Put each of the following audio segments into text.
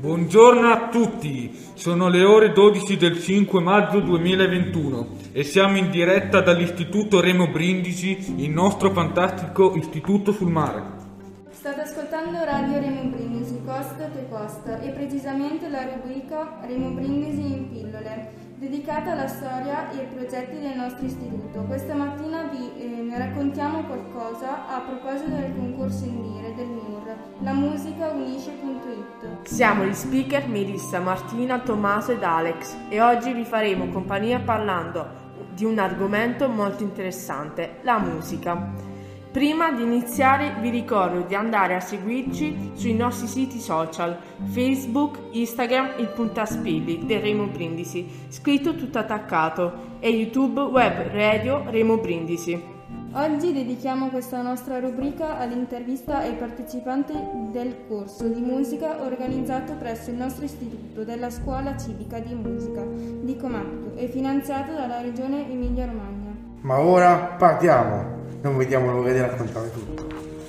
Buongiorno a tutti, sono le ore 12 del 5 maggio 2021 e siamo in diretta dall'Istituto Remo Brindisi, il nostro fantastico istituto sul mare. State ascoltando Radio Remo Brindisi, Costa to Costa, e precisamente la rubrica Remo Brindisi in pillole, dedicata alla storia e ai progetti del nostro istituto. Questa mattina vi raccontiamo qualcosa a proposito del concorso Indire del MIUR, la musica unisce.it. Siamo gli speaker Melissa, Martina, Tommaso ed Alex e oggi vi faremo compagnia parlando di un argomento molto interessante, la musica. Prima di iniziare vi ricordo di andare a seguirci sui nostri siti social, Facebook, Instagram, il puntaspilli del Remo Brindisi, scritto tutto attaccato, e YouTube Web Radio Remo Brindisi. Oggi dedichiamo questa nostra rubrica all'intervista ai partecipanti del corso di musica organizzato presso il nostro istituto della Scuola Civica di Musica di Comacchio e finanziato dalla Regione Emilia-Romagna. Ma ora partiamo! Non vediamo l'ora di raccontare tutto.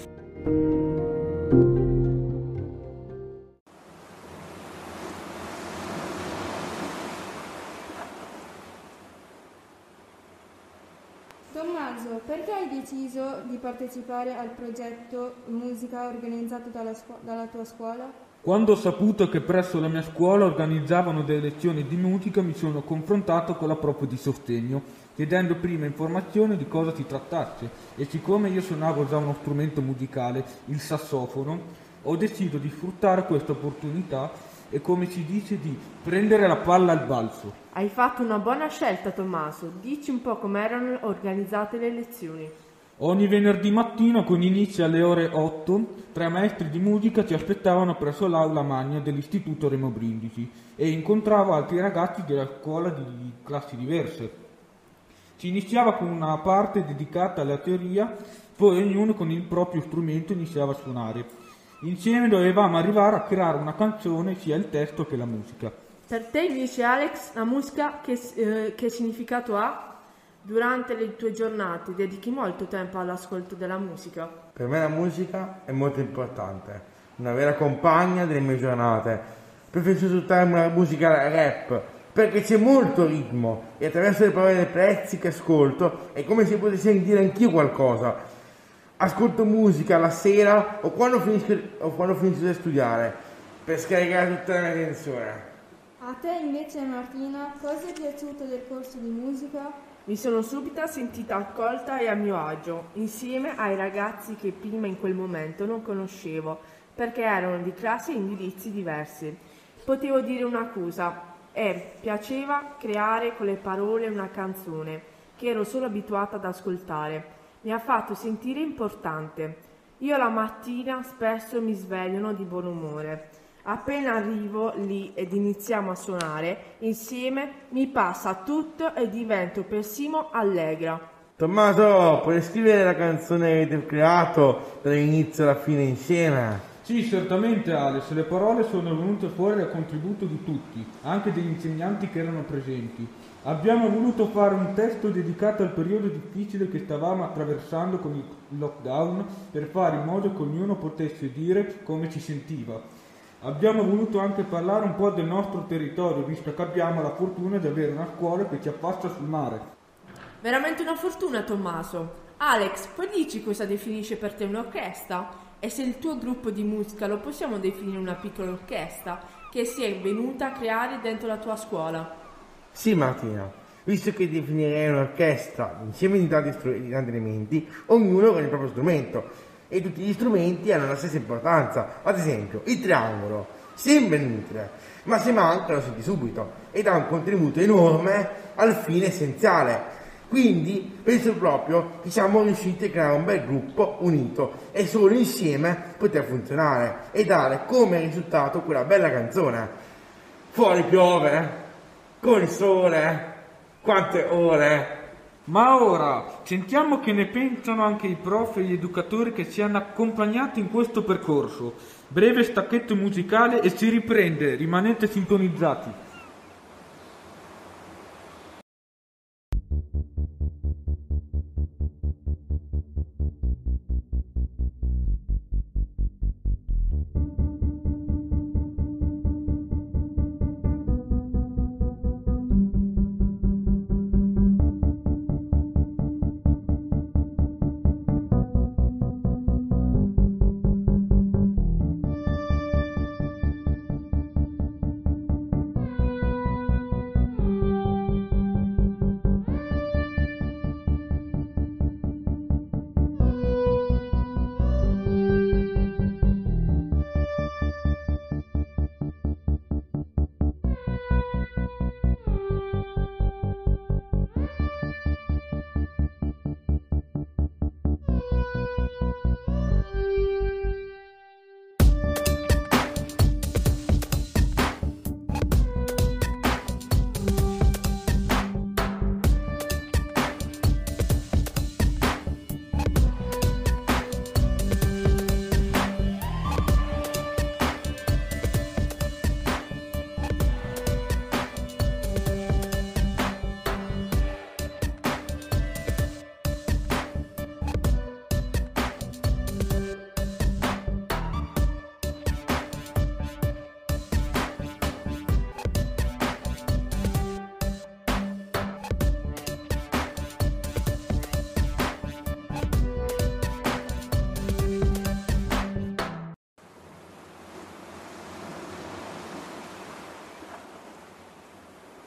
Tommaso, perché hai deciso di partecipare al progetto musica organizzato dalla tua scuola? Quando ho saputo che presso la mia scuola organizzavano delle lezioni di musica mi sono confrontato con la prof di sostegno, chiedendo prima informazioni di cosa si trattasse, e siccome io suonavo già uno strumento musicale, il sassofono, ho deciso di sfruttare questa opportunità e, come si dice, di prendere la palla al balzo. Hai fatto una buona scelta, Tommaso. Dici un po' come erano organizzate le lezioni. Ogni venerdì mattina, con inizio alle ore 8, 3 maestri di musica ci aspettavano presso l'aula magna dell'Istituto Remo Brindisi e incontravo altri ragazzi della scuola di classi diverse. Si iniziava con una parte dedicata alla teoria, poi ognuno con il proprio strumento iniziava a suonare. Insieme dovevamo arrivare a creare una canzone, sia il testo che la musica. Per te invece, Alex, la musica che significato ha? Durante le tue giornate dedichi molto tempo all'ascolto della musica? Per me la musica è molto importante, una vera compagna delle mie giornate. Preferisco ascoltare una musica rap, perché c'è molto ritmo e attraverso le parole dei pezzi che ascolto è come se potessi sentire anch'io qualcosa. Ascolto musica la sera o quando finisco di studiare per scaricare tutta la mia tensione. A te invece, Martina, cosa è piaciuto del corso di musica? Mi sono subito sentita accolta e a mio agio, insieme ai ragazzi che prima in quel momento non conoscevo, perché erano di classi e indirizzi diversi. Potevo dire una cosa, piaceva creare con le parole una canzone, che ero solo abituata ad ascoltare. Mi ha fatto sentire importante. Io la mattina spesso mi svegliano di buon umore. Appena arrivo lì ed iniziamo a suonare, insieme mi passa tutto e divento persino allegra. Tommaso, puoi scrivere la canzone che avete creato dall'inizio alla fine insieme? Sì, certamente Alex, le parole sono venute fuori dal contributo di tutti, anche degli insegnanti che erano presenti. Abbiamo voluto fare un testo dedicato al periodo difficile che stavamo attraversando con il lockdown, per fare in modo che ognuno potesse dire come ci sentiva. Abbiamo voluto anche parlare un po' del nostro territorio, visto che abbiamo la fortuna di avere una scuola che ci affaccia sul mare. Veramente una fortuna, Tommaso. Alex, poi dici cosa definisce per te un'orchestra? E se il tuo gruppo di musica lo possiamo definire una piccola orchestra che si è venuta a creare dentro la tua scuola? Sì, Martina, visto che definirei un'orchestra insieme di tanti elementi, ognuno con il proprio strumento. E tutti gli strumenti hanno la stessa importanza. Ad esempio, il triangolo sembra inutile, ma se manca lo senti subito e dà un contributo enorme al fine essenziale. Quindi penso proprio che siamo riusciti a creare un bel gruppo unito e solo insieme poter funzionare e dare come risultato quella bella canzone. Fuori piove, con il sole, quante ore! Ma ora sentiamo che ne pensano anche i prof e gli educatori che ci hanno accompagnati in questo percorso. Breve stacchetto musicale e si riprende, rimanete sintonizzati.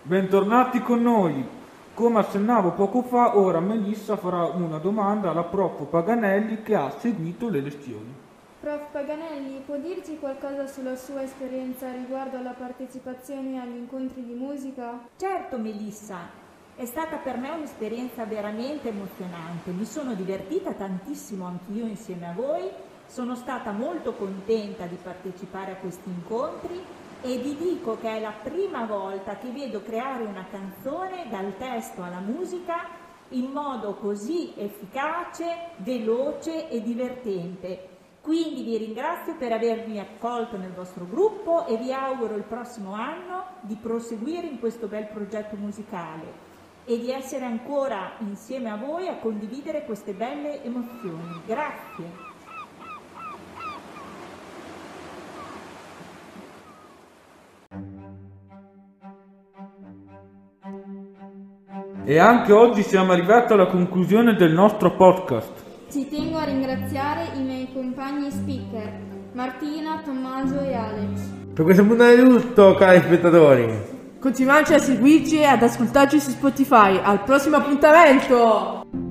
Bentornati con noi. Come accennavo poco fa, ora Melissa farà una domanda alla prof Paganelli che ha seguito le lezioni. Prof Paganelli, può dirci qualcosa sulla sua esperienza riguardo alla partecipazione agli incontri di musica? Certo Melissa, è stata per me un'esperienza veramente emozionante, mi sono divertita tantissimo anch'io insieme a voi, sono stata molto contenta di partecipare a questi incontri e vi dico che è la prima volta che vedo creare una canzone dal testo alla musica in modo così efficace, veloce e divertente. Quindi vi ringrazio per avermi accolto nel vostro gruppo e vi auguro il prossimo anno di proseguire in questo bel progetto musicale e di essere ancora insieme a voi a condividere queste belle emozioni. Grazie. E anche oggi siamo arrivati alla conclusione del nostro podcast. Ci tengo a ringraziare i miei compagni speaker, Martina, Tommaso e Alex. Per questa puntata è tutto, cari spettatori. Continuate a seguirci e ad ascoltarci su Spotify. Al prossimo appuntamento!